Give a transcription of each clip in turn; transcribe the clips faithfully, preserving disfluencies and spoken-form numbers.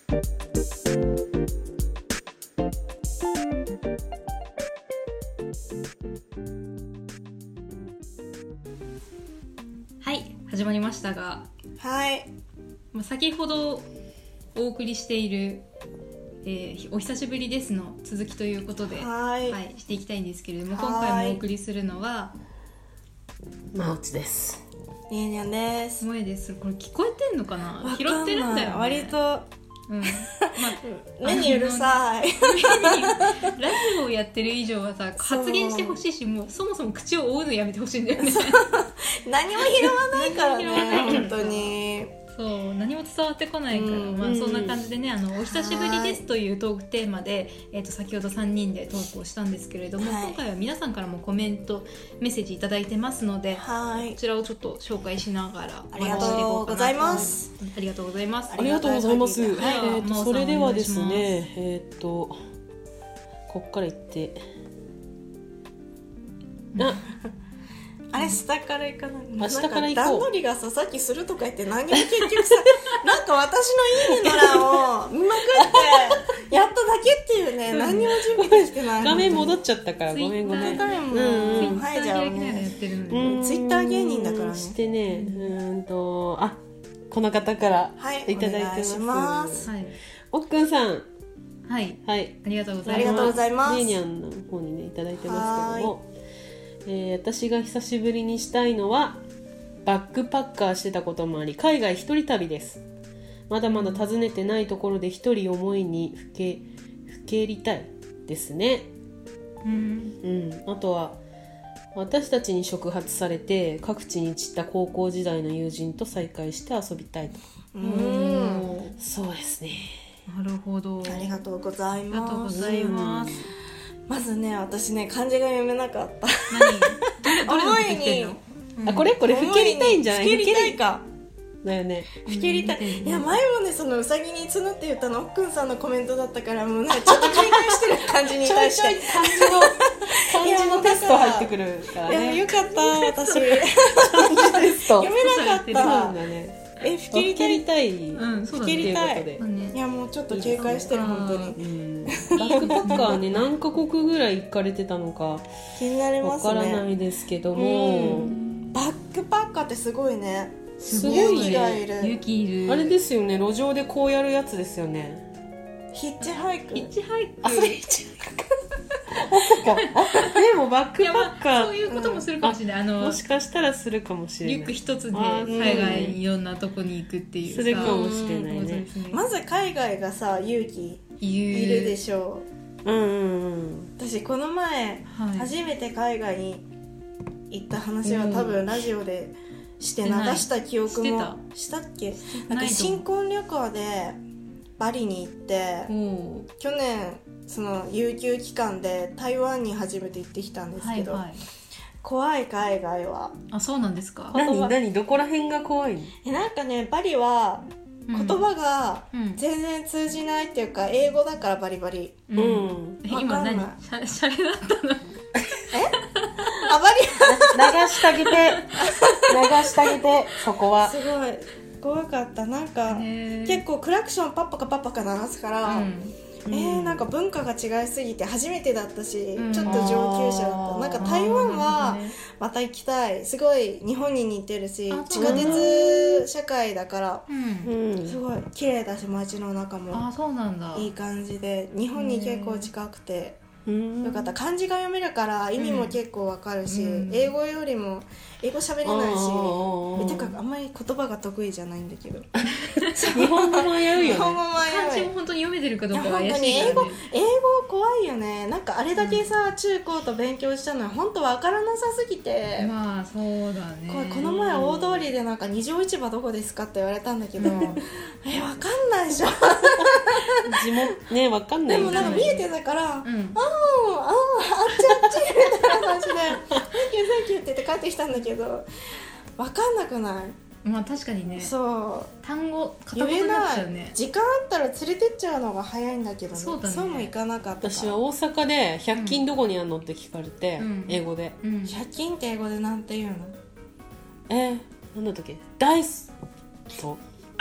はい、始まりましたが、 はい、 まあ、先ほどお送りしている、えー、お久しぶりですの続きということで、 はい、 はい、していきたいんですけれども、今回もお送りするのはまおちです。 にゃにゃんです。 萌えです。これ聞こえてんのかな？拾ってるんだよね。 割と、 うん、まあ、目にうるさい。 ラジオをやってる以上はさ、発言してほしいし、もうそもそも口を覆うのやめてほしいんだよね。 何も拾わないからね、本当に。 そう何も伝わってこないから、うん、まあ、そんな感じでね、あのお久しぶりですというトークテーマで、えー、と先ほどさんにんでトークをしたんですけれども、はい、今回は皆さんからもコメントメッセージいただいてますので、はい、こちらをちょっと紹介しながらありがとうございます。 ありがとうございます。 ありがとうございます。はい、えー、とそれではですね、えっ、ー、とこっからいってああれ下から行かないの？ 下から行こう。 段取りがさ、さっきするとか言って何も結局さなんか私のいいねの欄を見まくってやっただけっていうね、何にも準備できてない。 画面戻っちゃったからごめんごめん。 ツイッターも、うん、はい、じゃあね、ツイッター芸人だからね。 してね、うんとあこの方からいただいてます。 ます。 はい、 おっくんさん、 はいはい、 ありがとうございます。 ありがとうございます。 ねーにゃんの方にねいただいてますけども、えー、私が久しぶりにしたいのはバックパッカーしてたこともあり海外一人旅です。まだまだ訪ねてないところで一人思いにふけふけりたいですね。 うん、 うん、あとは私たちに触発されて各地に散った高校時代の友人と再会して遊びたいと。 うん、 そうですね。 なるほど。 ありがとうございます。 ありがとうございます。 まずね、私ね、漢字が読めなかった。 何？どれどれ出てきてんの？ うん、あ、これこれふけりたいんじゃない？ ふけりたいか。だよね。 ふけりたい。いや、前もね、そのうさぎに角って言ったのおっくんさんのコメントだったからもうね、ちょっと警戒してる感じに対して。 ちょいちょい漢字の漢字のテスト入ってくるからね。 いや、よかった私。 漢字テスト。 読めなかった。 ね、 え、ふけりたい。 ふけりたい。 うん、そうだね。 ふけりたい。 いや、もうちょっと警戒してる本当に。 うん、バックパッカーね、何カ国ぐらい行かれてたのか気になりますね。 わからないですけども、 バックパッカーってすごいね。 すごいね。 勇気がいる。 勇気いる。 あれですよね、路上でこうやるやつですよね。 ヒッチハイク。 ヒッチハイク。 あ、それヒッチハイク。でもバックパッカー、 まあ、そういうこともするかもしれない、うん、あのもしかしたらするかもしれない。 リュック一つで海外いろんなとこに行くっていうさ、 するかもしれないね。 まず海外がさ、勇気いるでしょう。うんうんうん。 私この前、はい、初めて海外に行った話は多分ラジオでして流した記憶もしたっけ。なんか新婚旅行でバリに行って、去年その有給期間で台湾に初めて行ってきたんですけど、はいはい、怖い海外は。 あ、そうなんですか。 何何どこら辺が怖いの？ え、なんかね、バリは言葉が全然通じないっていうか、うん、英語だからバリバリ、 うんうん、今何シャ、シャレだったの？え？ あ、バリ流してあげて流してあげて、そこはすごい怖かった。なんか結構クラクションパッパカパッパカ鳴らすから、うん、えー、なんか文化が違いすぎて初めてだったし、うん、ちょっと上級者だった。なんか台湾はまた行きたい。すごい日本に似てるし、地下鉄社会だから、うん、すごい綺麗だし、街の中もいい感じで、日本に結構近くてよかった。漢字が読めるから意味も結構わかるし、うん、英語よりも英語喋れないし、え、てかあんまり言葉が得意じゃないんだけど日本語も迷うよね。 日本語も迷う。 漢字も本当に読めてるかどうか怪しいからね。 英語、英語怖いよね。なんかあれだけさ、うん、中高と勉強したのに本当わからなさすぎて。 まあそうだね。 これこの前大通りでなんか二条市場どこですかって言われたんだけどえ、わかんないでしょ地元ね、わかんない。 でもなんか見えてたから、うん、あーあーあっちあっちみたいな感じでサンキューサンキューって言って帰ってきたんだけど、わかんなくない？ まあ確かにね。 そう単語片言になっちゃうね。 時間あったら連れてっちゃうのが早いんだけどね。 そうだね。 そうもいかなかった。 私は大阪でひゃく均どこにあんのって聞かれて、うん、英語で、 うん、ひゃく均って英語でなんて言うの？ えー、なんだったっけ？ダイスそう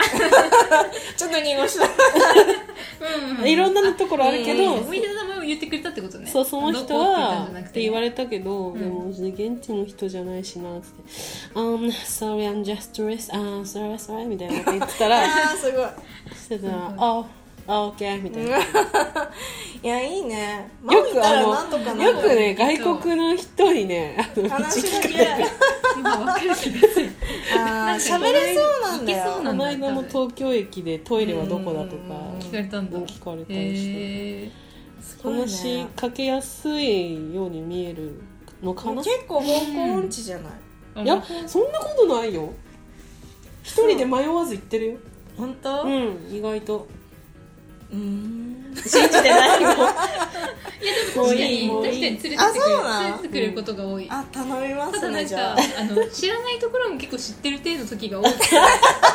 ちょっと濁したうん、うん、 いろんなところあるけど、 思い出の名前を言ってくれたってことね。 そうその人はって言われたけど、 うん、 でも現地の人じゃないしなって「Um, sorry, I'm just tourist. Uh, sorry, sorry」みたいなこと言ってたらあーすごいしてたら「ああ OK」みたいな。 いやいいね。 よくあのなんとかなるよくね外国の人にねあの話だけ今分かる気がする。 あー喋れそうなんだよ。 この間も東京駅でトイレはどこだとか聞かれたんだ。 聞かれたりして、 へごいね、 話しかけやすいように見えるのかな。 結構方向音痴じゃない、 いやそんなことないよ。一人で迷わず行ってるよ。 本当？ うん意外とうーん信じてないよ。 いやでも確かにもういい確かに連れてってくれあそうなん連れてってくれることが多い。 あ頼みまただなんすねじゃあかあの知らないところも結構知ってる程度の時が多くて一番嫌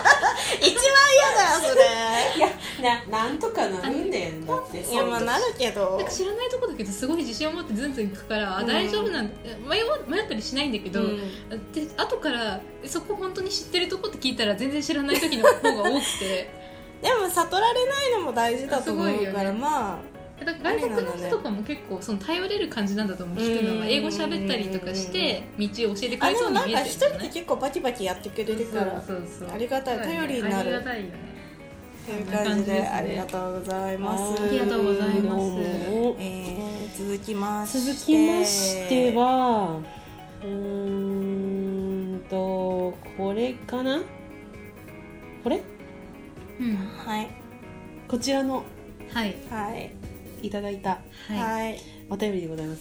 だよそれいやななんとかなるんだよだっていやまあなるけどなんか知らないところだけどすごい自信を持ってズンズン行くから、あうん大丈夫なん迷わ迷ったりしないんだけど、 うんで後からそこ本当に知ってるとこって聞いたら全然知らない時の方が多くてでも悟られないのも大事だと思うから、 すごいよねまあだから外国の人とかも結構その頼れる感じなんだと思う。聞くのは英語喋ったりとかして道を教えてくれあでもそうに見えてるなんか一人で結構バキバキやってくれるからそうそうそうありがたい頼りになるありがたいよね。 という感じでありがとうございます。 ありがとうございます。 えー、続きまして続きましてはうーんとこれかなこれうんはいこちらのはいはいいただいたはいはいお便りでございます。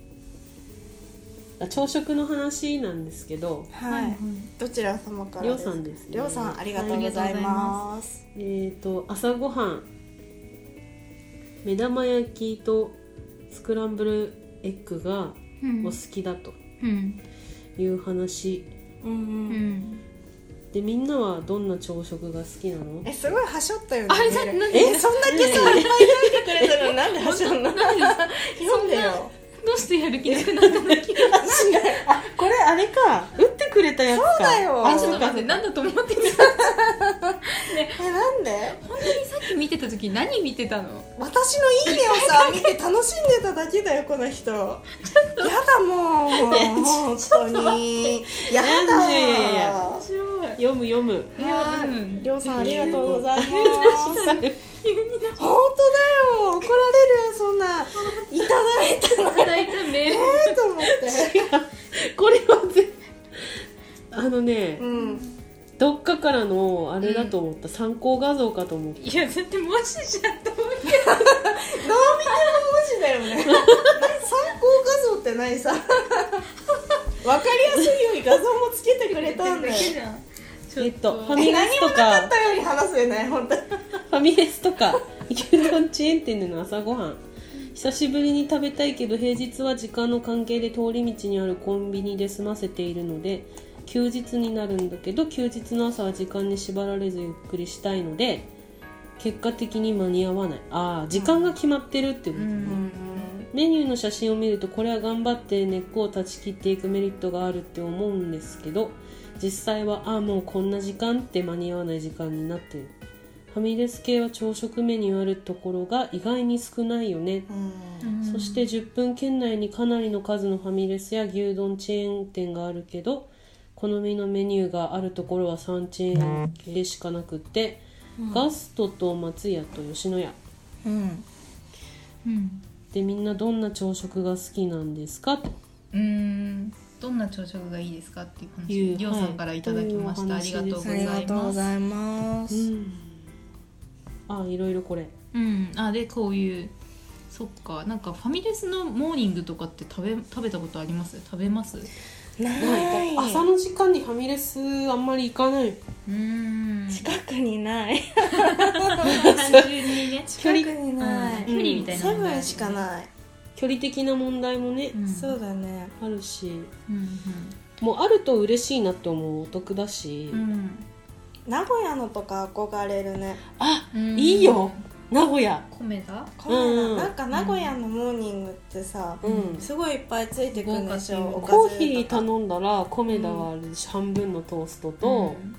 あ朝食の話なんですけど、 はいどちら様からですか？ りょうさんですねりょうさんありがとうございます。 えーと朝ごはん目玉焼きとスクランブルエッグがお好きだとうんいう話うんうんう。んでみんなはどんな朝食が好きなの？ えすごいはしょったよね。 あれメールなんでえそんだけさいっぱい読んでくれたのになんではしょんの？読んでよ。 どうしてやる気なくなったんだっけ？ あこれあれか打ってくれたやつか。 そうだよあちょっとそうか待ってなんだと思ってた。 えなんで？ 本当にさっき見てた時何見てたの？ 私のいいねをさ見て楽しんでただけだよこの人。やだもう本当にやだ。 いやいやいや面白い。 読む読む。 いやうんりょうさんありがとうございます。 急にな本当だよ怒られるよそんないただいたのいただいたメール。 えーと思ってこれはぜあのね、 うんどっかからのあれだと思った、参考画像かと思った。 いや絶対文字じゃんと思って。 どう見ても文字だよね。何参考画像って何さわかりやすいように画像もつけてくれたんだよ。 えっとファえミレスと何もなかかったように話すよね本当に。 ファミレスとか牛丼チェーン店での朝ごはん久しぶりに食べたいけど平日は時間の関係で通り道にあるコンビニで済ませているので休日になるんだけど休日の朝は時間に縛られずゆっくりしたいので結果的に間に合わない。ああ時間が決まってるっていうこと、 うんメニューの写真を見るとこれは頑張って根っこを断ち切っていくメリットがあるって思うんですけど実際はああもうこんな時間って間に合わない時間になっている。ファミレス系は朝食メニューあるところが意外に少ないよね、 うんそしてじゅっぷん圏内にかなりの数のファミレスや牛丼チェーン店があるけど好みのメニューがあるところはさんチェーンでしかなくって、うん、ガストと松屋と吉野家、 うんうん、 でみんなどんな朝食が好きなんですかとうーんどんな朝食がいいですかっていう話りょうさんからいただきました、はい、ありがとうござありがとうごいます。 ざいます、 うん、あいろいろこれうんあでこういうそっかなんかファミレスのモーニングとかって食べ食べたことあります？食べます？ ない朝の時間にファミレスあんまり行かない。 うーん近くにない単純にね近くにない距離みたいなセ問題ブンしかない、 距離的な問題もね、 うんそうだねあるしうんもうあると嬉しいなって思うお得だし、 うんうん名古屋のとか憧れるねあ、 うんいいよ名古屋米だこれなうんなんか名古屋のモーニングってさ、 うんすごいいっぱいついてくるんでしょ豪華おかずコーヒーとか頼んだら米田があるし、半分のトーストと、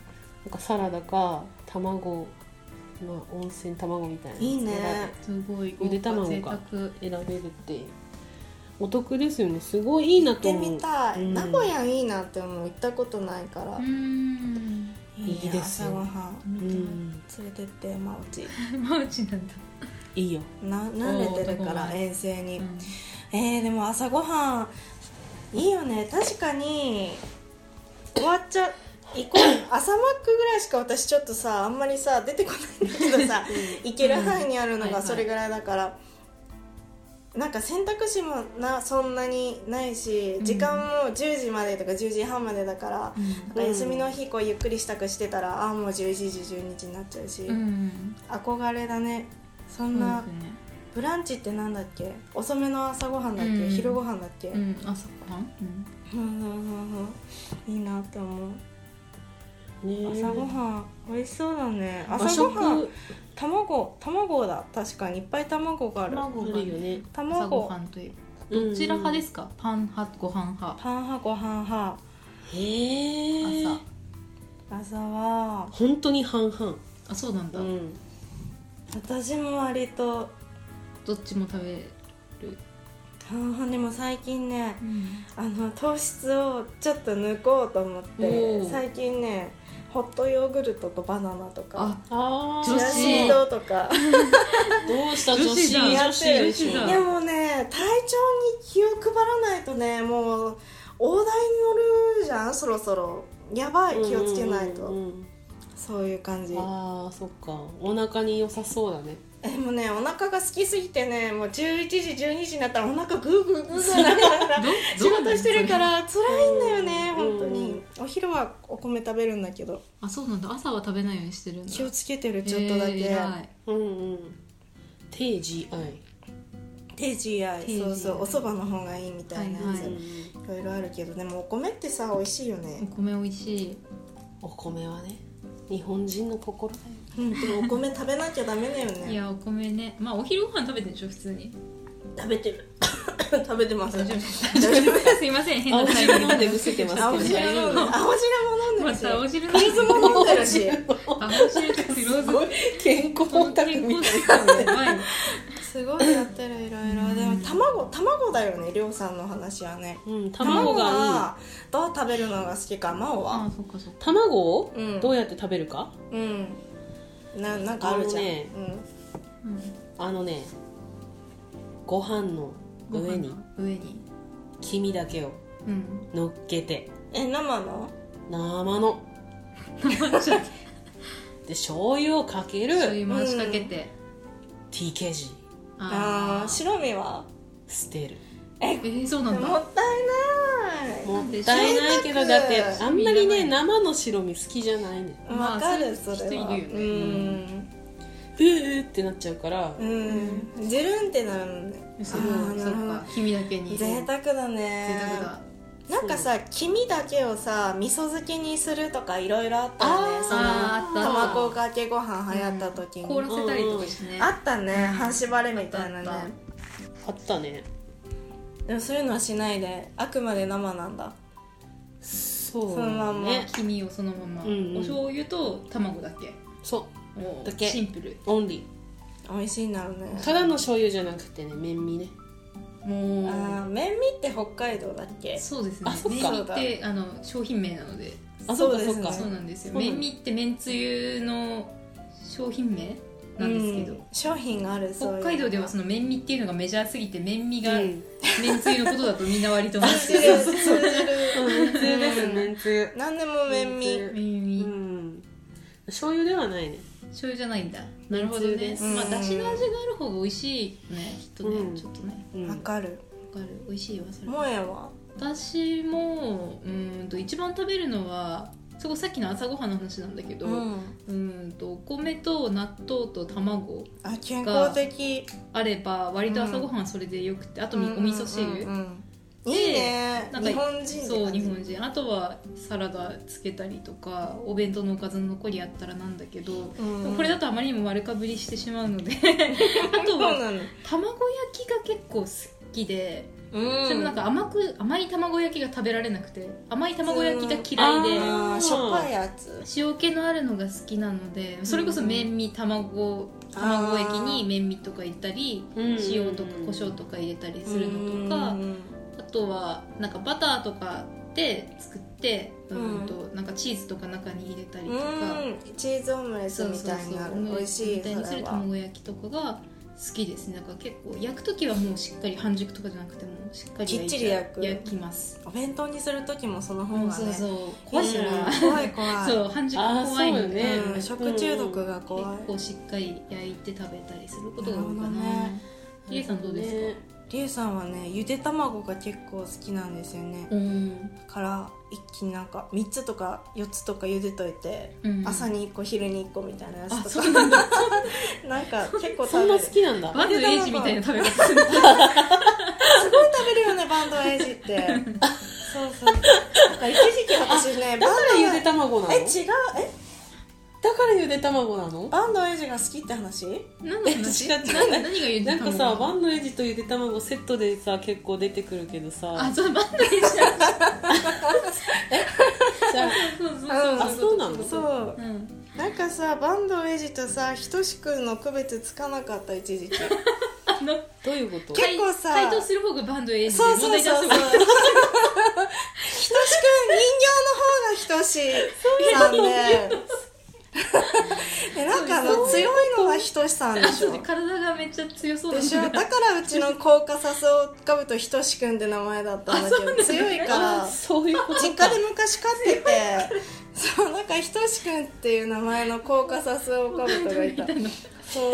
なんかサラダか卵、まあ、温泉卵みたいなのいいね。 すごいゆで卵贅が沢。 選べるってお得ですよね。すごいいいな行ってと思う。 みたい、 うん名古屋いいなって思う。行ったことないから、 うーんいいねいいですよ朝ごはんうん、 連れてってマウチマウチなんだ。 いいよ。 な慣れてるからおー遠征に、 うんえー、でも朝ごはんいいよね。確かに終わっちゃ行こう朝マックぐらいしか私ちょっとさあんまりさ出てこないんだけどさ行ける範囲にあるのがそれぐらいだから、なんか選択肢もなそんなにないし、時間もじゅうじまでとかじゅうじはんまでだから、 うんなんか休みの日こうゆっくり支度してたらああもうじゅういちじじゅうにじになっちゃうし、 うん憧れだね。そんそうな、 ですね。 ブランチってなんだっけ、遅めの朝ごはんだっけ、 うん昼ごはんだっけ、うんうん、朝ごはん、うん、 うんうんうん、いいなって思う。 ね、 朝ごはん美味しそうだね。 和朝ごはん食卵卵だ。確かにいっぱい卵がある。 卵あるよね。 卵朝ごはんというどちら派ですか？パン派、ご飯派？ パン派ご飯派。 へえ。 朝朝は本当に半々。 あ、そうなんだ、 うん、 私も割とどっちも食べる、 半々でも最近ね、 うん、 あの糖質をちょっと抜こうと思っておー最近ねホットヨーグルトとバナナとかあチア女子シードとかどうした女子女子だ女子でしょ。 女子だいやもうね体調に気を配らないとねもう大台に乗るじゃんそろそろ。やばい、気をつけないと、 うんうんうん、 そういう感じ。 あーそっか、お腹に良さそうだね。 でもねお腹が好きすぎてねもうじゅういちじじゅうにじになったらお腹グーグーグーグーなりながら仕事してるから辛いんだよね、 うん本当に。お昼はお米食べるんだけどあ、そうなんだ。朝は食べないようにしてるんだ。 気をつけてるちょっとだけ、 えー偉い。 うんうん。低 ジーアイ。 低 ジーアイ、 低 ジーアイ、 そうそう、お蕎麦の方がいいみたいなやつ、 はいはいいろいろあるけどでもお米ってさ美味しいよね。 お米美味しい。 お米はね、日本人の心だよ。 うんでもお米食べなきゃダメだよね。 いや、お米ね。まあお昼ご飯食べてるでしょ普通に。 食べてる食べてます。 大丈夫ですすいません、変な青タイミング汁飲んでむせてますけど青汁飲んで青汁も飲んでるし、 また青汁飲んクでイズも飲んでるし青汁とクローズ健康オタクみたいな。 やばい。 すごいやってるいろいろ。でも卵卵だよね、りょうさんの話はね。 うん、卵がいい。 はどう食べるのが好きか。真央はあ、そっかそっか。 卵をうんどうやって食べるか、 うんななんかあるじゃん、 あのねうん。 あのね、ご飯のご飯上にの上に。 黄身だけをうん。 乗っけて、 うん、え生の生ので醤油をかける醤油回しかけて。 ティーケージーあー白身は捨てる。 ええー、そうなんだ。 もったいない。 もったいないけど、 贅沢だってあんまりね生の白身好きじゃないね。 わかる、 まあそれは。 そういう人いるようんうーってなっちゃうから、 うんジュルンってなるのね。 そうあーそなるほどっか。黄身だけに。 贅沢だね。 贅沢だ。 なんかさ黄身だけをさ味噌漬けにするとかいろいろあったよね。 あーそのあーあった卵かけご飯流行った時に、 凍らせたりとかしてね。 あったね、半縛れみたいなね。 あったあったね。 でもそういうのはしないであくまで生なんだ。 そうそのまんまね。 黄身をそのまま、 うんうんお醤油と卵だけ。 そうもうだけシンプル。 オンリ美味しいんだろうね。 ー。ただの醤油じゃなくてね、麺味ね。 もうあー麺味って北海道だっけ。 そうですね。 あそっか麺味ってあの商品名なので。 あ、そうかそうですねそうか。 そうなんですよ。 そうなの麺味って麺つゆの商品名なんですけど、 うん商品がある。そういう北海道ではその麺味っていうのがメジャーすぎて麺味がうん麺つゆのことだとみんな割と思っ通じてる。 る通じるめんつゆです、めんつゆ。 何でも麺味。 麺つ麺味、 うん。醤油ではないね。 醤油じゃないんだ。なるほどね。 麺つゆですまあだしの味がある方が美味しいね。きっとね、 うんちょっとね。 うんわかる。 わかる。美味しいわそれ。 もえは私もうーんと一番食べるのはそこさっきの朝ごはんの話なんだけど、うーんとお米と納豆と卵あ健康的。 あれば割と朝ごはんはそれでよくて、あとみお味噌汁、 うんうんうんいいね。 なんか日本人ってそう感じ日本人。あとはサラダつけたりとかお弁当のおかずの残りあったらなんだけど、 うんでもこれだとあまりにも丸かぶりしてしまうのであとはそうなの。 卵焼きが結構好きで、 うん、 それもなんか甘く甘い卵焼きが食べられなくて、甘い卵焼きが嫌いで、 あしょっぱいやつ塩気のあるのが好きなので、それこそ麺味卵卵液に麺味とか入れたり、塩とか胡椒とか入れたりするのとか、あとはなんかバターとかで作って、うんとなんかチーズとか中に入れたりとか、 チーズオムレツみたいになる、美味しいみたいにする卵焼きとかが好きですね。なんか結構焼くときはもうしっかり半熟とかじゃなくてもしっかり焼いちゃきっちり焼く焼きます。 お弁当にするときもその方がね、 そうそう怖いから、 怖い怖いそう半熟怖いので、ねうん、食中毒が怖い、 結構しっかり焼いて食べたりすることが多いかな。りえさんどうですか？ りえさんはね、ゆで卵が結構好きなんですよね、うん、だから一気になんかみっつとかよっつとか茹でといて、うん、朝にいっこ昼にいっこみたいなやつとかなんか結構食べる。 そんな好きなんだ。 バンドエイジみたいな食べ方するすごい食べるよね、バンドエイジってそうそう、なんか一時期私ね、 だからゆで卵なの？ え違うえだからゆで卵なの？ バンドエイジが好きって話？ 何の話？何がゆで卵？ なんかさ、バンドエイジとゆで卵セットでさ結構出てくるけどさ、 あ、そうバンドエイジじゃんえじゃあそうそうそうそうあ、そうなの？ そう、うん、なんかさ、バンドエイジとさひとしくんの区別つかなかった一時期あのどういうこと？ 結構さ回答する方がバンドエイジで問題出すそうそうそうそうひとしくん人形の方がひとしさんでえなんかあの強いのがひとしさんでしょ。 体がめっちゃ強そうでしょ。だからうちのコーカサスオカブトひとしくんって名前だったんだけど、強いからそういうこと実家で昔飼ってて、そうなんかひとしくんっていう名前のコーカサスオカブトがいた。そう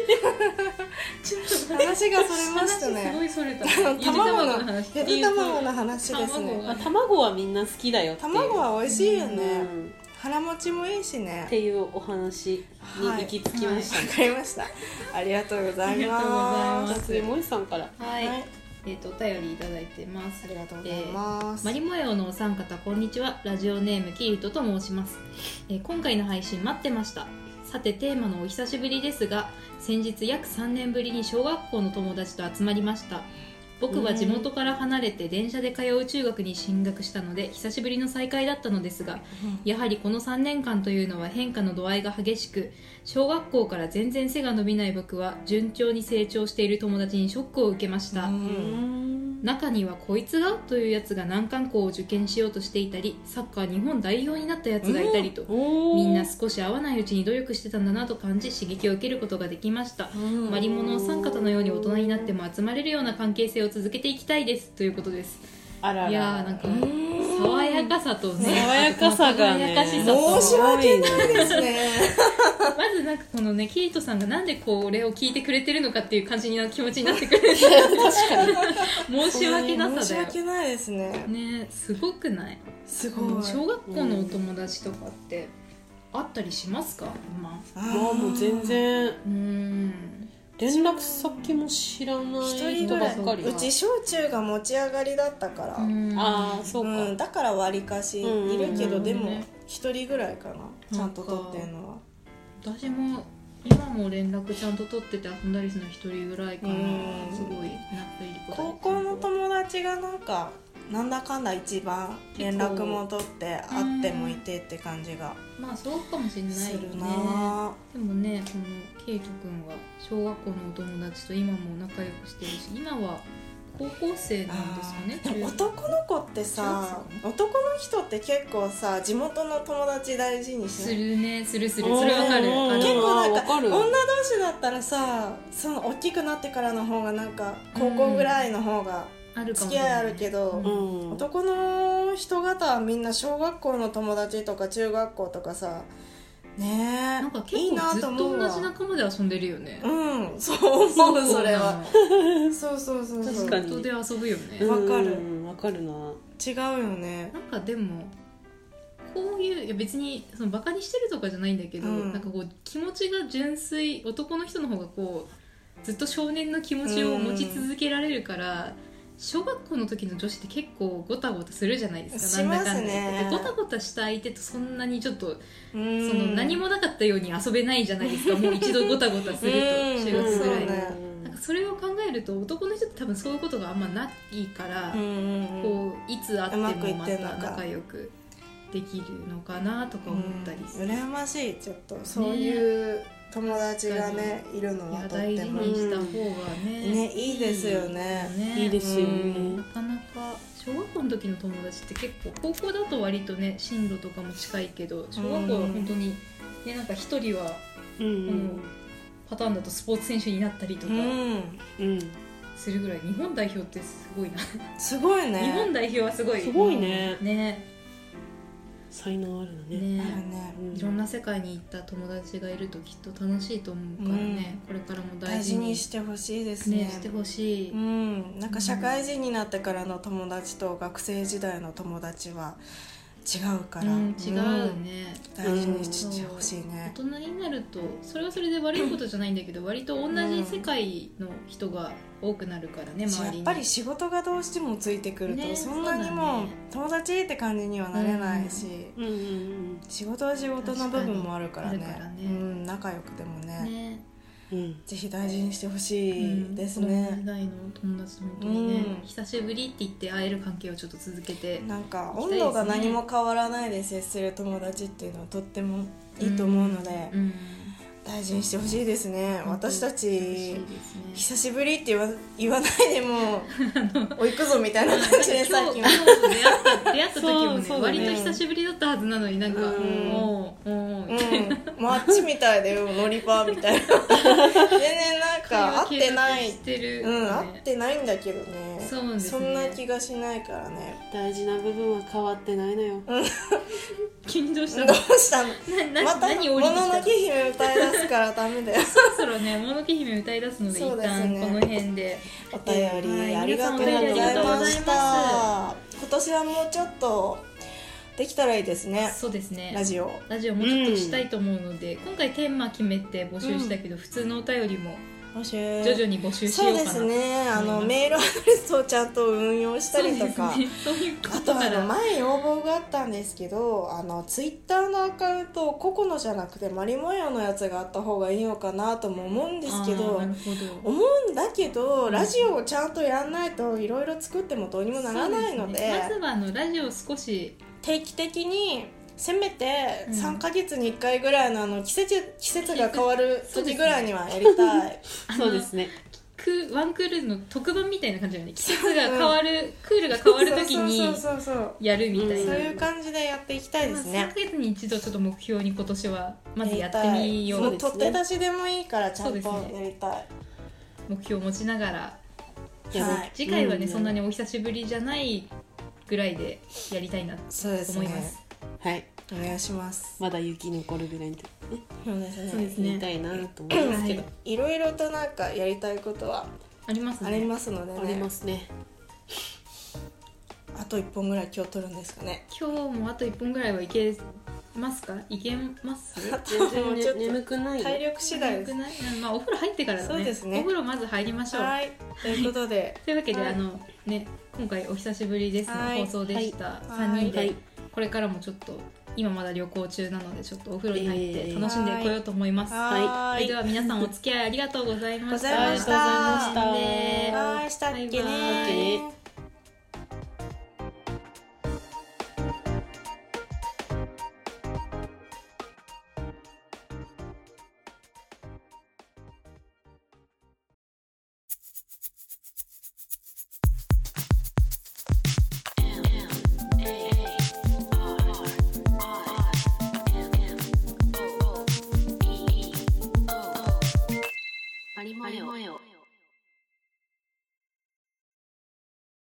話がそれましたね。 すごいそれた。 卵の話、ゆで卵の話ですね。 卵はみんな好きだよって。 卵は美味しいよね。腹持ちもいいしねっていうお話に行き着きましたね。 わ、はい、かりました。ありがとうございます。ありがとうございます。 じゃあ森さんからはい、はい、えーとお便りいただいてます。 ありがとうございます。 えー、マリモヤオのお三方こんにちは。ラジオネームキリトと申します。えー、今回の配信待ってました。さてテーマのお久しぶりですが、先日約さんねんぶりに小学校の友達と集まりました。僕は地元から離れて電車で通う中学に進学したので久しぶりの再会だったのですが、やはりこのさんねんかんというのは変化の度合いが激しく、小学校から全然背が伸びない僕は順調に成長している友達にショックを受けました。中にはこいつがというやつが難関校を受験しようとしていたり、サッカー日本代表になったやつがいたりと、みんな少し合わないうちに努力してたんだなと感じ刺激を受けることができました。マリモのお三方のように大人になっても集まれるような関係性を続けていきたいですということです。 あらら、 いやーなんか爽やかさとね、 爽やかさがね、 申し訳ないですねまずなんかこのね、キリトさんがなんでこれを聞いてくれてるのかっていう感じの気持ちになってくる確かに申し訳なさだよ。 申し訳ないですね。 ね、すごくない？ すごい。 小学校のお友達とかってあったりしますか？ まあ、まあもう全然うん連絡先も知らない人ばっかり。 うち小中が持ち上がりだったから、 ああそうか、 うん、だからわりかしいるけど、でも一人ぐらいかな、ちゃんと取ってんのは。 私も今も連絡ちゃんと取ってて遊んだりするの一人ぐらいかな。すごい仲いい子。 高校の友達がなんかなんだかんだ一番連絡も取って会ってもいてって感じがまあそうかもしれないよね。 するな。 でもね、このケイト君は小学校のお友達と今も仲良くしてるし、今は高校生なんですよね。 でも男の子ってさ、男の人って結構さ地元の友達大事にしない？ するね、するする、それわかる。 結構なんか女同士だったらさ、その大きくなってからの方がなんか高校ぐらいの方が付き合いあるけど、うん、男の人方はみんな小学校の友達とか中学校とかさ、ねえ、 なんか結構ずっと同じ仲間で遊んでるよね。 うん、そう思う。それはそうそうそうそう、 確かにずっとで遊ぶよね。 わかる、 わかるな。 違うよね。 なんかでもこういう、いや別にそのバカにしてるとかじゃないんだけど、うん、なんかこう気持ちが純粋、男の人の方がこうずっと少年の気持ちを持ち続けられるから、うん、小学校の時の女子って結構ゴタゴタするじゃないですか。 しますね。 ゴタゴタした相手とそんなにちょっとその何もなかったように遊べないじゃないですか。もう一度ゴタゴタすると中学ぐらい、ね、なんかかそれを考えると男の人って多分そういうことがあんまないから、 うんうんうん、 こういつ会ってもまうまくいってんのたか仲良くできるのかなとか思ったりする、 うん、羨ましい。ちょっとそういう友達がねいるのはとっても大事にした方がね、 ねいいですよね。 いいですよね、 うん、 なかなか小学校の時の友達って結構高校だと割とね進路とかも近いけど小学校は本当に、ね、なんか一人は、 うんうん、 パターンだとスポーツ選手になったりとかするぐらい、日本代表ってすごいなすごいね。 日本代表はすごいすごいね、 ね才能あるのね。 ねね、 いろんな世界に行った友達がいるときっと楽しいと思うからね、うん、これからも大事に、 大事にしてほしいですね。 ねしてほしい、 うん、なんか社会人になってからの友達と学生時代の友達は違うから、うん、 違うね、 うん、大事にしてほしいね。 大人になるとそれはそれで悪いことじゃないんだけど割と同じ世界の人が多くなるからね、周りに。 やっぱり仕事がどうしてもついてくると、ね、そんなにも友達って感じにはなれないし、うんうんうん、仕事は仕事の部分もあるから ね, からね、うん、仲良くても ね, ね、うん、ぜひ大事にしてほしいですね、 うん、時代の友達と本当にね、うん、久しぶりって言って会える関係をちょっと続けて、 なんか温度が何も変わらないで接する友達っていうのはとってもいいと思うので、うんうん大事にしてほしいですね。私たち、ね、久しぶりって言 わ, 言わないでもおいくぞみたいな感じで最近は出会った出会った時も ね, ね割と久しぶりだったはずなのになんか、うん、おーおーみたいな、 うん、もうあっちみたいで乗り場みたいな全然なんか合ってないしてる、ね、 うん合ってないんだけどね。 そうですね。 そんな気がしないからね。 大事な部分は変わってないのよ。 急にどうしたの？ どうしたの？ なまた何降りてきたの？ もののけ姫歌い出すからダメだよ。 そろそろね、もののけ姫歌い出すので一旦この辺でお便りありがとうございました。今年はもうちょっとできたらいいですね。 そうですね。 ラジオラジオもちょっとしたいと思うので、うん、今回テーマ決めて募集したけど、うん、普通のお便りも徐 々に募集しようかな。 そうですね。あのメールアドレスをちゃんと運用したりとか、 ね、そういうこと。 あとあの前要望があったんですけど、あのツイッターのアカウントを個々のじゃなくてマリ模様のやつがあった方がいいのかなとも思うんですけど、 なるほど思うんだけどラジオをちゃんとやんないといろいろ作ってもどうにもならないので、 ね、まずはあのラジオを少し定期的にせめてさんかげつにいっかいぐらいの、あの季節、季節が変わる時ぐらいにはやりたい。 そうですね。 ワンクールの特番みたいな感じだよね。季節が変わる、うん、クールが変わる時にやるみたいな、 そういう感じでやっていきたいですね。 さんかげつに一度ちょっと目標に今年はまずやってみようですね。 取って出しでもいいからちゃんとやりたい、ね、 目標を持ちながら、 はい、 次回はね、うん、そんなにお久しぶりじゃないぐらいでやりたいなと思います。 そうですね。 はい、 お願いします。 まだ雪残るぐらいの時にね、 そうですね、 そうですね、 やりたいなと思いますけど、はい、 いろいろとなんかやりたいことはありますね。 ありますのでね。 ありますね。 あといっぽんぐらい今日撮るんですかね。 今日もあといっぽんぐらいはいけますか？いけます全然ちょっと眠くない。 体力次第です。 眠くない、まあ、お風呂入ってからだね。 そうですね。 お風呂まず入りましょう。 はい、ということで、 というわけで、はい、あのね、今回お久しぶりですの放送でした、さんにんで、はい、これからもちょっと今まだ旅行中なのでちょっとお風呂に入って楽しんでこようと思います。はい、はい、では皆さんお付き合いありがとうございました。 ありがとうございました。 はい、 したっけね。 バイバイ。マリモよ。